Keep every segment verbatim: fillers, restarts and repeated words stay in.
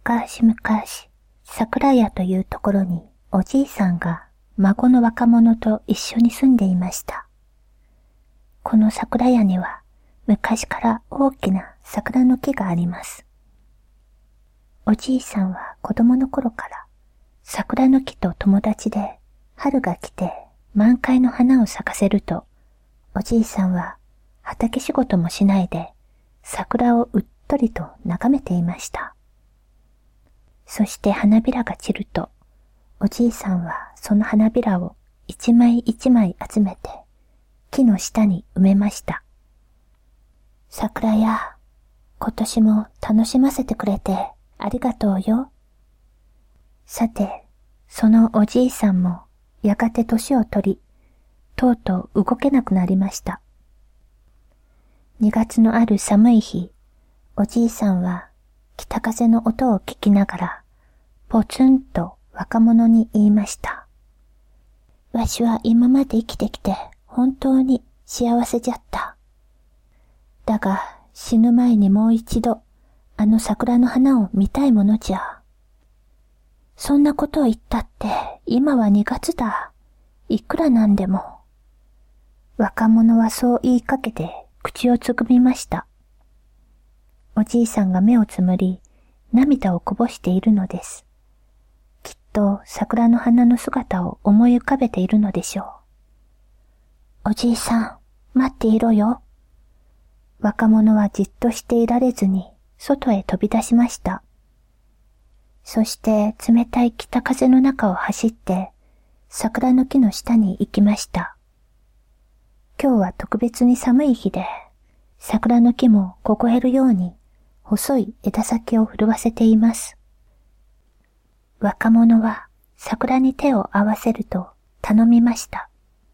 昔々、桜屋というところにおじいさんが孫の若者と一緒に住んでいました。この桜屋には昔から大きな桜の木があります。おじいさんは子供の頃から桜の木と友達で春が来て満開の花を咲かせると、おじいさんは畑仕事もしないで桜をうっとりと眺めていました。そして花びらが散ると、おじいさんはその花びらを一枚一枚集めて木の下に埋めました。桜や、今年も楽しませてくれてありがとうよ。さて、そのおじいさんもやがて年を取り、とうとう動けなくなりました。にがつのある寒い日、おじいさんは北風の音を聞きながら、ぽつんと若者に言いました。わしは今まで生きてきて本当に幸せじゃった。だが死ぬ前にもう一度あの桜の花を見たいものじゃ。そんなことを言ったって今はにがつだ。いくらなんでも。若者はそう言いかけて口をつぐみました。おじいさんが目をつむり涙をこぼしているのです。きっと桜の花の姿を思い浮かべているのでしょう。おじいさん、待っていろよ。若者はじっとしていられずに外へ飛び出しました。そして冷たい北風の中を走って桜の木の下に行きました。今日は特別に寒い日で、桜の木も凍えるように細い枝先を震わせています。若者は桜に手を合わせると頼みました。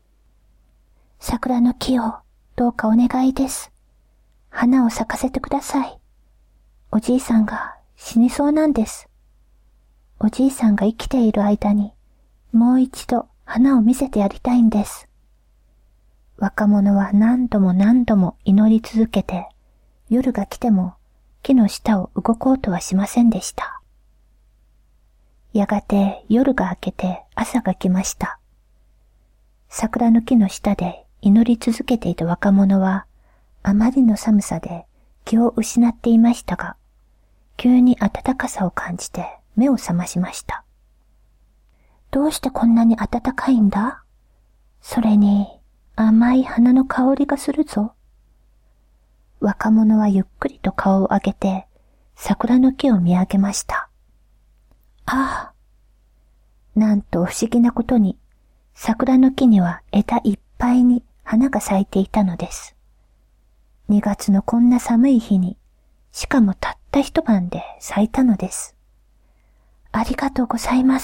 桜の木をどうかお願いです。花を咲かせてください。おじいさんが死にそうなんです。おじいさんが生きている間にもう一度花を見せてやりたいんです。若者は何度も何度も祈り続けて、夜が来ても木の下を動こうとはしませんでした。やがて夜が明けて朝が来ました。桜の木の下で祈り続けていた若者は、あまりの寒さで気を失っていましたが、急に暖かさを感じて目を覚ましました。どうしてこんなに暖かいんだ？それに甘い花の香りがするぞ。若者はゆっくりと顔を上げて桜の木を見上げました。ああ。なんと不思議なことに、桜の木には枝いっぱいに花が咲いていたのです。にがつのこんな寒い日に、しかもたった一晩で咲いたのです。ありがとうございます。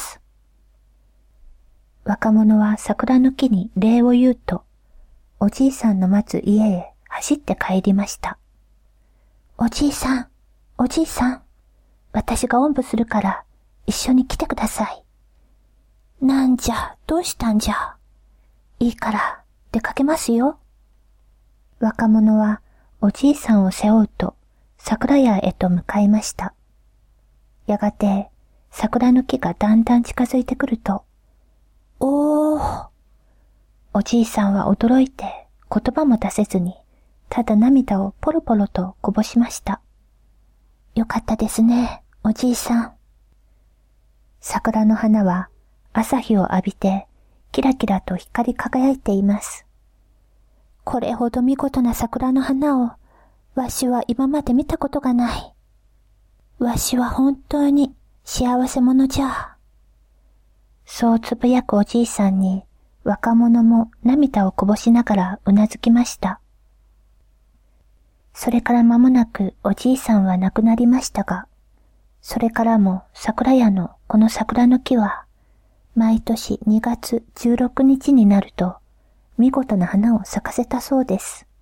若者は桜の木に礼を言うと、おじいさんの待つ家へ走って帰りました。おじいさん、おじいさん、私がおんぶするから一緒に来てください。なんじゃ、どうしたんじゃ。いいから出かけますよ。若者はおじいさんを背負うと桜屋へと向かいました。やがて桜の木がだんだん近づいてくると、おー。おじいさんは驚いて言葉も出せずに、ただ涙をポロポロとこぼしました。よかったですね、おじいさん。桜の花は朝日を浴びてキラキラと光り輝いています。これほど見事な桜の花をわしは今まで見たことがない。わしは本当に幸せ者じゃ。そうつぶやくおじいさんに若者も涙をこぼしながらうなずきました。それから間もなくおじいさんは亡くなりましたが、それからも桜屋のこの桜の木は毎年にがつじゅうろくにちになると見事な花を咲かせたそうです。